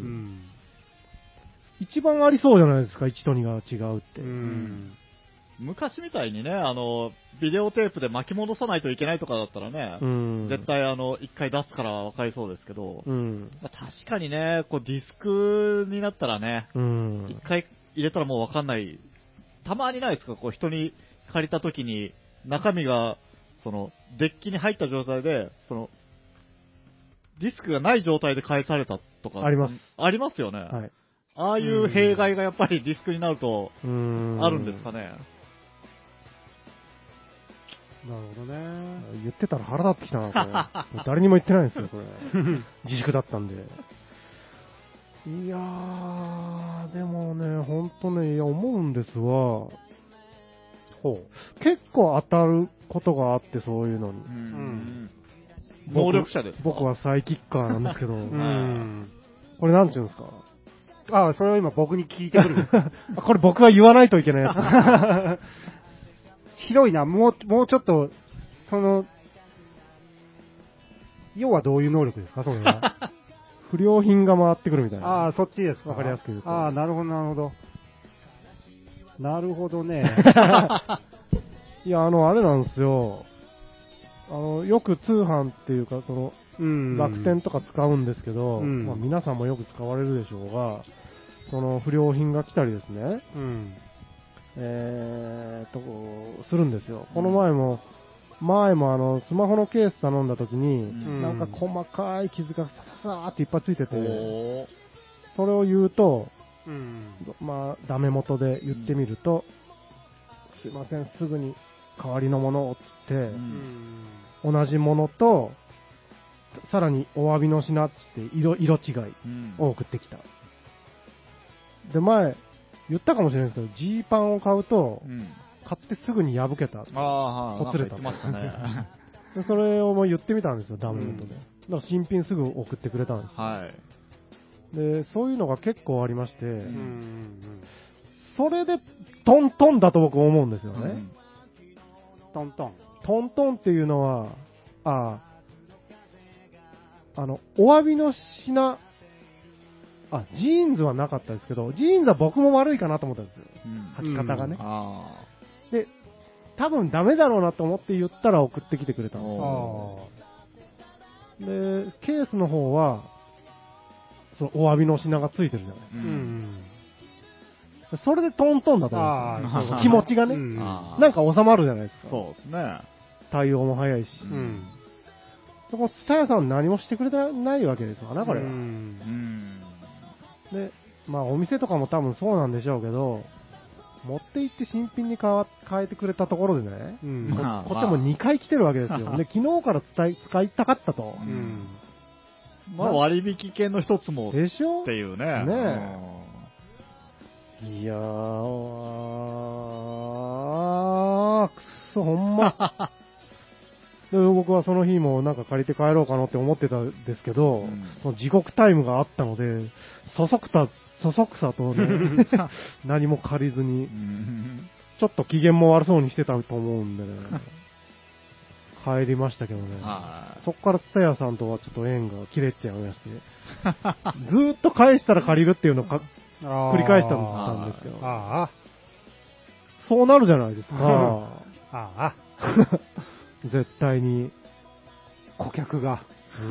一番ありそうじゃないですか、1と2が違うって。 昔みたいにね、ビデオテープで巻き戻さないといけないとかだったらね、絶対一回出すから分かりそうですけど、まあ、確かにね、こうディスクになったらね、一回入れたらもう分かんない。たまにないですか、こう人に借りた時に中身が、デッキに入った状態で、ディスクがない状態で返されたとか。 あります。 ありますよね。 はい。 ああいう弊害がやっぱりディスクになると、あるんですかね。 なるほどね。 言ってたら腹立ってきたな、これ。誰にも言ってないんですよ、これ。自粛だったんで。いやー、でもね、ほんとね、いや、思うんですわ。結構当たることがあって、そういうのに。 能力者ですか？ 僕はサイキッカーなんですけど。これなんて言うんですか？ ああ、それを今僕に聞いてくるんですか？ これ僕が言わないといけないやつ。広いな、もうちょっと、要はどういう能力ですか、それは。 不良品が回ってくるみたいな。 ああ、そっちですか。 わかりやすく言うと。 ああ、なるほど、なるほど。なるほどね。 いや、あれなんですよ。よく通販っていうか、楽天とか使うんですけど、まあ、皆さんもよく使われるでしょうが、不良品が来たりですね、するんですよ。この前もスマホのケース頼んだ時に、なんか細かい傷がさーっていっぱいついてて、それを言うと、まあ、ダメ元で言ってみると、すいません、すぐに代わりのものをつって、同じものと、さらにお詫びの品って色違いを送ってきた。で、前、言ったかもしれないですけど、ジーパンを買うと、買ってすぐに破けた。ほつれた。でそれをもう言ってみたんですよ、ダメ元で。だから新品すぐ送ってくれたんですよ。 はい。 で、そういうのが結構ありまして、それでトントンだと僕思うんですよね。 トントン。 トントンっていうのは、お詫びの品、ジーンズはなかったですけど、ジーンズは僕も悪いかなと思ったんですよ。履き方がね。で、多分ダメだろうなと思って言ったら送ってきてくれたんですよ。で、ケースの方は、お詫びの品がついてるじゃないですか。それでトントンだと思うんですよ。気持ちがね。なんか収まるじゃないですか。 そうですね。 対応も早いし。そこ、ツタヤさん何もしてくれないわけですわな、これは。で、まあお店とかも多分そうなんでしょうけど、持って行って新品に変えてくれたところでね、こっちも2回来てるわけですよ。で、昨日から使いたかったと。 まあ割引券の一つもでしょっていうね。 いやー、くそ、ほんま。で僕はその日もなんか借りて帰ろうかなって思ってたんですけど、その地獄タイムがあったので、そそくさとね、何も借りずに、ちょっと機嫌も悪そうにしてたと思うんでね、帰りましたけどね、そこからツタヤさんとはちょっと縁が切れちゃいまして、ずーっと返したら借りるっていうのを繰り返したんですけど、そうなるじゃないですか。 絶対に。 顧客が。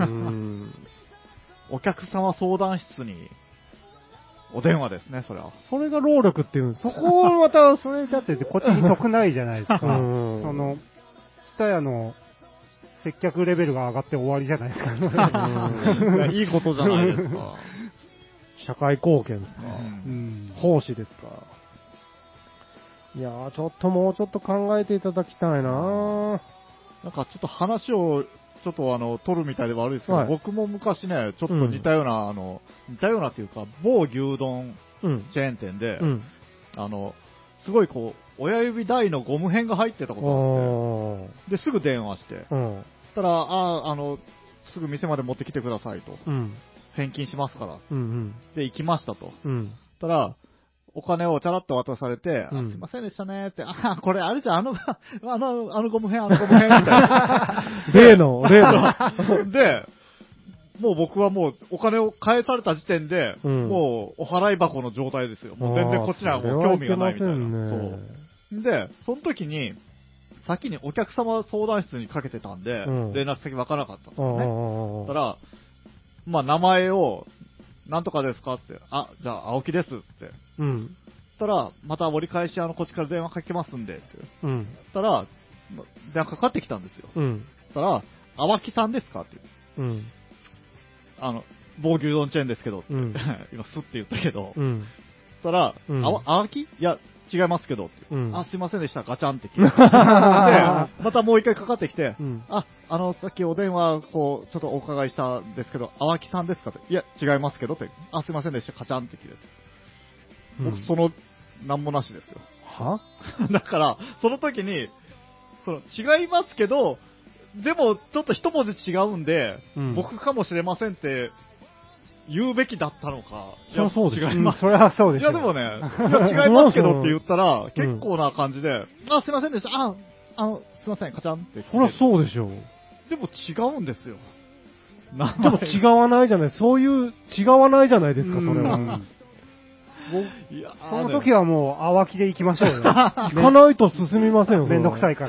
お客様相談室に、お電話ですね、それは。 それが労力っていうんです。そこをまた、 それだってこっちに得ないじゃないですか。その、ツタヤの接客レベルが上がって終わりじゃないですか。 いやいいことじゃないですか。 社会貢献ですか。奉仕ですか。いやー、ちょっともうちょっと考えていただきたいなぁ。 なんかちょっと話を、ちょっと取るみたいで悪いですけど、 はい僕も昔ね、ちょっと似たような、似たようなっていうか、某牛丼チェーン店で、すごいこう、親指大のゴム片が入ってたことがあって、で、すぐ電話して、そしたら、すぐ店まで持ってきてくださいと。返金しますから。で、行きましたと。そしたら、お金をチャラッと渡されて、すいませんでしたねって、これあれじゃん、あのゴム片、みたいな。 例の。 で、もう僕はもうお金を返された時点で、もうお払い箱の状態ですよ。もう全然こっちにはもう興味がないみたいな。そう。で、その時に、先にお客様相談室にかけてたんで、連絡先わからなかったんですよね。そしたら、まあ名前を、なんとかですかって、じゃあ青木ですって。そしたら、また折り返しこっちから電話かけますんでって。そしたら、電話かかってきたんですよ。そしたら、青木さんですかって言う。某牛丼チェーンですけどって、今スッて言ったけど、そしたら、青木いや、違いますけどって、すいませんでした、ガチャンって聞いて。で、またもう一回かかってきて、さっきお電話、こう、ちょっとお伺いしたんですけど、青木さんですかって、いや、違いますけどって、すいませんでした、ガチャンって聞いて。僕、なんもなしですよ。 はだから、その時に、違いますけど、でも、ちょっと一文字違うんで、僕かもしれませんって言うべきだったのか。 いや、そうです。 違います。それはそうでしょ。 いや、でもね、違いますけどって言ったら、結構な感じで、すいませんでした。すいません、カチャンって。 そりゃそうでしょう。 でも違うんですよ。 でも違わないじゃない。そういう、違わないじゃないですか、それは。 いやその時はもう、淡きで行きましょうよ。 行かないと進みませんよ。 めんどくさいから。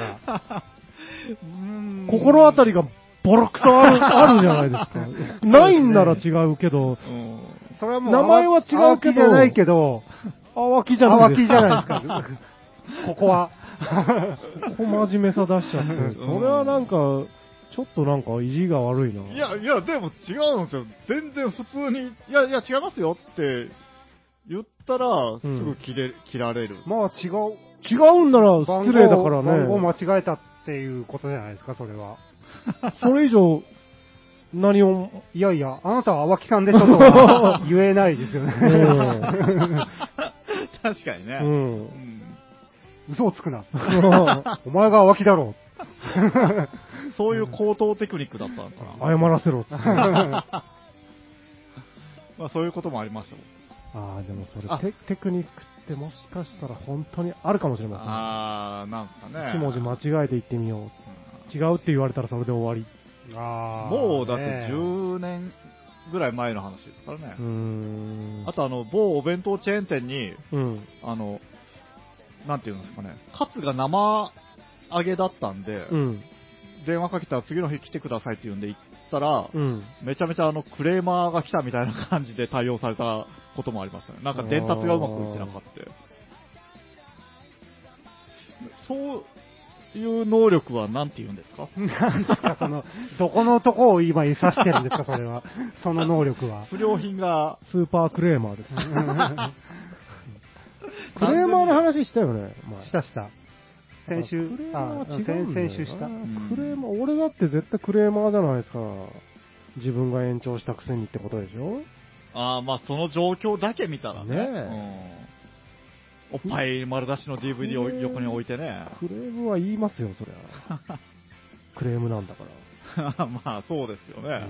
心当たりがボロクソあるじゃないですか。ないんなら違うけど、 それはもう、 名前は違うけど、 じゃないけど、 淡きじゃないですか。 淡きじゃないですか。ここは。 ここ真面目さ出しちゃって、それはなんか、ちょっとなんか意地が悪いな。 いや、でも違うんですよ。全然普通に、いや、違いますよって言ったら、すぐ切られる。 まあ違うんなら失礼だからね。 番号間違えたっていうことじゃないですか、それは。 それ以上、何を。 いやいや、あなたは淡木さんでしょとは言えないですよね。 確かにね。 嘘をつくな。お前が淡木だろう。 そういう高等テクニックだったのかな。謝らせろっつって。まあそういうこともありましたもん。でもそれテクニックってもしかしたら本当にあるかもしれません。 なんかね。 一文字間違えて言ってみよう。違うって言われたらそれで終わり。 もうだって10年ぐらい前の話ですからね。あと某お弁当チェーン店に、なんていうんですかね、カツが生揚げだったんで、電話かけたら次の日来てくださいって言うんで行ったら、めちゃめちゃクレーマーが来たみたいな感じで対応されたこともありましたね。なんか伝達がうまくいってなかった。そういう能力は何て言うんですか？ 何ですか、どこのとこを今指してるんですか、それは。その能力は。 不良品が。 スーパークレーマーです。クレーマーの話したよね。 した。先週した。 クレーマー、俺だって絶対クレーマーじゃないですか。自分が延長したくせにってことでしょ？ まあその状況だけ見たらね。おっぱい丸出しの DVD を横に置いてね。 クレームは言いますよ、そりゃ。クレームなんだから。まあそうですよね。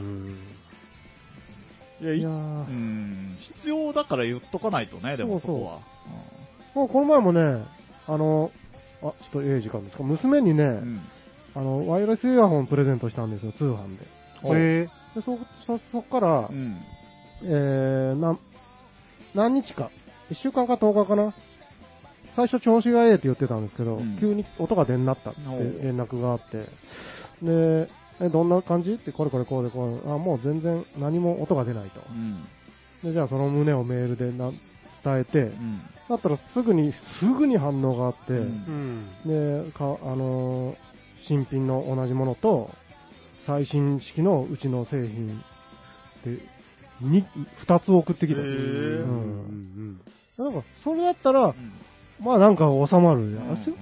いや、必要だから言っとかないとね、でもそこは。 この前もね、ちょっと時間ですか。娘にね、ワイヤレスイヤホンプレゼントしたんですよ、通販で。でそっから、何日か、1週間か10日かな。 最初調子がええって言ってたんですけど、 うん、 急に音が出んなったって連絡があって、で、どんな感じってこれこれこうでこうで、もう全然何も音が出ないと。 うん、 で、じゃあその旨をメールで伝えて、 うん、 だったらすぐに反応があって、 うん、 で、新品の同じものと、最新式のうちの製品で、2つ送ってきた。なんか、それだったら、まあなんか収まるやつよ。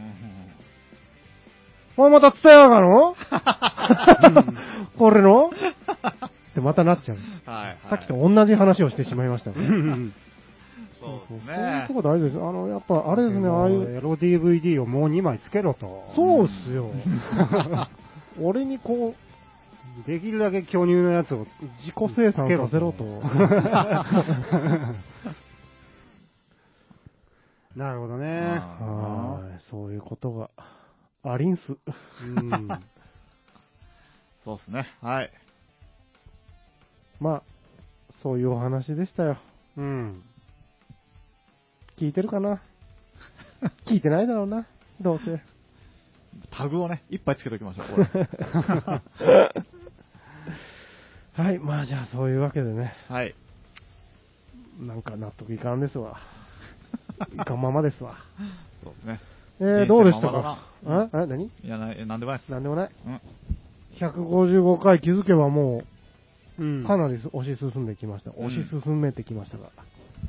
お前また伝えやがのこれのってまたなっちゃう。 はいはい、 さっきと同じ話をしてしまいましたね。 そうですね。 そういうとこ大事です。やっぱあれですね、ああいう。 エロ DVD をもう2枚つけろと。 そうっすよ。俺にこう、できるだけ巨乳のやつを自己生産させろと。 なるほどね。 はい、そういうことがありんす。 そうですね。はい。 まあ、そういうお話でしたよ。 うん。 聞いてるかな聞いてないだろうな。どうせ。 タグをね、いっぱいつけておきましょう、これ。 はい、まあじゃあそういうわけでね。 はい。 なんか納得いかんですわ。いかんままですわ。 そうですね。 どうでしたか何いや、なんでもないです。 なんでもない。 うん。 155回気づけばもう、かなり推し進んできました。推し進めてきましたが。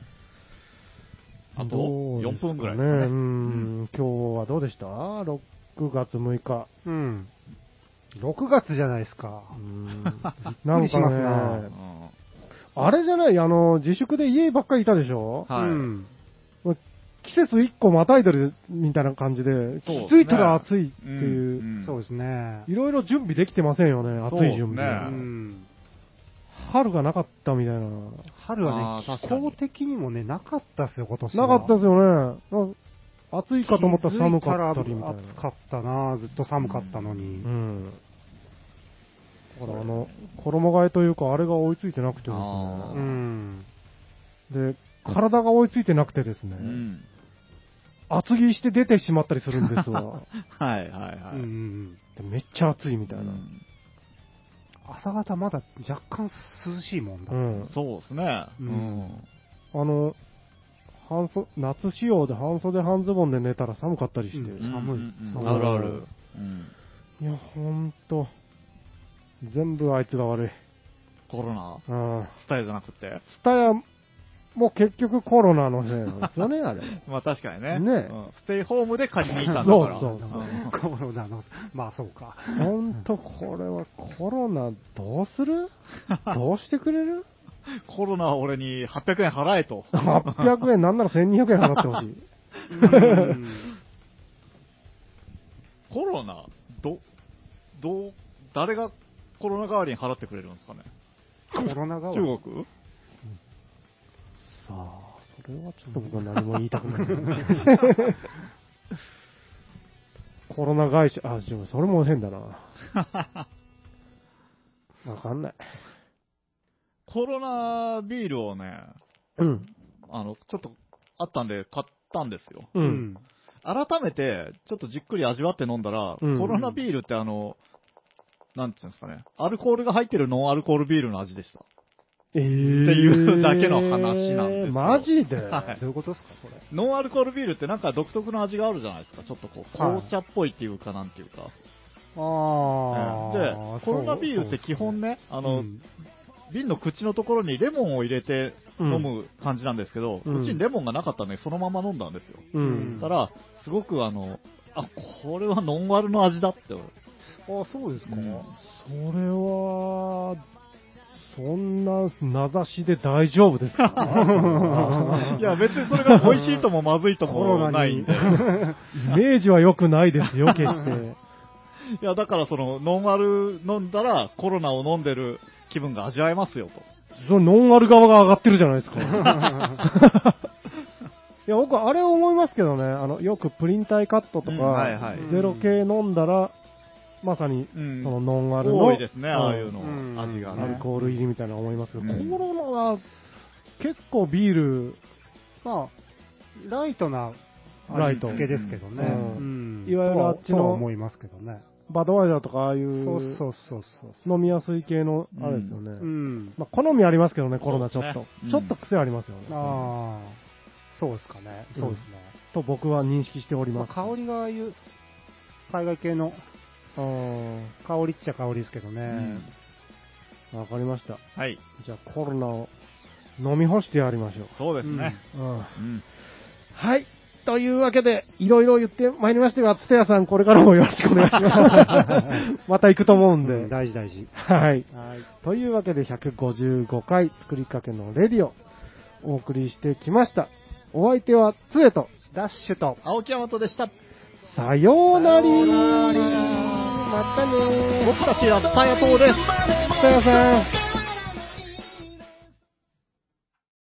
あと4分ぐらいですかね。 今日はどうでした ?6 月6日。 うん。6月じゃないですか。 なんかね、あれじゃない、自粛で家ばっかりいたでしょはい。 季節1個またいでるみたいな感じで、気づいたら暑いっていう。 そうですね。 いろいろ準備できてませんよね、暑い準備。春がなかったみたいな。 春はね、気候的にもね、なかったですよ、今年は。 なかったですよね。暑いかと思ったら寒かったりみたいな。 暑かったな、ずっと寒かったのに。 だから衣替えというか、あれが追いついてなくてですね。で、体が追いついてなくてですね。厚着して出てしまったりするんですわ。 はいはいはい。 めっちゃ暑いみたいな。 朝方まだ若干涼しいもんだ。 そうですね。 夏仕様で半袖半ズボンで寝たら寒かったりして。 寒い。 あるある。 いや、ほんと。全部あいつが悪い。 コロナスタヤじゃなくて。 スタヤもう結局コロナのせいなんですよね、あれ。 まあ確かにね。 ね、 ステイホームで借りに行ったんだから。 そう。コロナの、まあそうか。 ほんと、これはコロナどうするどうしてくれるコロナは俺に800円払えと。 800円、なんなら1200円払ってほしい。 コロナ誰がコロナ代わりに払ってくれるんですかね。 コロナ代わり中国さあ、それはちょっと僕は何も言いたくない。コロナ会社、それも変だな。わかんない。 コロナビールをね、ちょっとあったんで買ったんですよ。改めて、ちょっとじっくり味わって飲んだら、コロナビールってなんていうんですかね、アルコールが入ってるノンアルコールビールの味でした。っていうだけの話なんですよ。 マジで、 はい、 どういうことですか、それ。 ノンアルコールビールってなんか独特の味があるじゃないですか。ちょっとこう、紅茶っぽいっていうかなんていうか。で、コロナビールって基本ね、瓶の口のところにレモンを入れて飲む感じなんですけど、うちにレモンがなかったのでそのまま飲んだんですよ。たら、すごくこれはノンアルの味だって。 そうですか、 それは、そんな名指しで大丈夫ですかいや、別にそれが美味しいともまずいともないんで。イメージは良くないですよ、決して。 いや、だからノンアル飲んだらコロナを飲んでる気分が味わえますよと。 そのノンアル側が上がってるじゃないですか。いや、僕あれを思いますけどね、よくプリン体カットとか、ゼロ系飲んだら、まさに、そのノンアルの、 多いですね、ああいうの、味がね。 アルコール入りみたいなの思いますけど、コロナは結構ビール、 まあ、ライトなライト。 味付けですけどね。 いわゆるあっちの、 思いますけどね。 バドワイザーとかああいう、 そう飲みやすい系の、あれですよね。まあ、好みありますけどね、コロナちょっと。ちょっと癖ありますよね。 ああ、そうですかね。そうですね。 と僕は認識しております。 香りがああいう、海外系の、香りっちゃ香りですけどね。 わかりました。 はい。 じゃあコロナを飲み干してやりましょう。 そうですね。 はい。というわけで、いろいろ言ってまいりましたが、つてやさん、これからもよろしくお願いします。また行くと思うんで。 大事。 はい。というわけで、155回作りかけのレディオ、お送りしてきました。お相手は、つえと、 ダッシュと、 青木山とでした。 さようなり。またね。 僕たちはつたや党です。 つてやさん。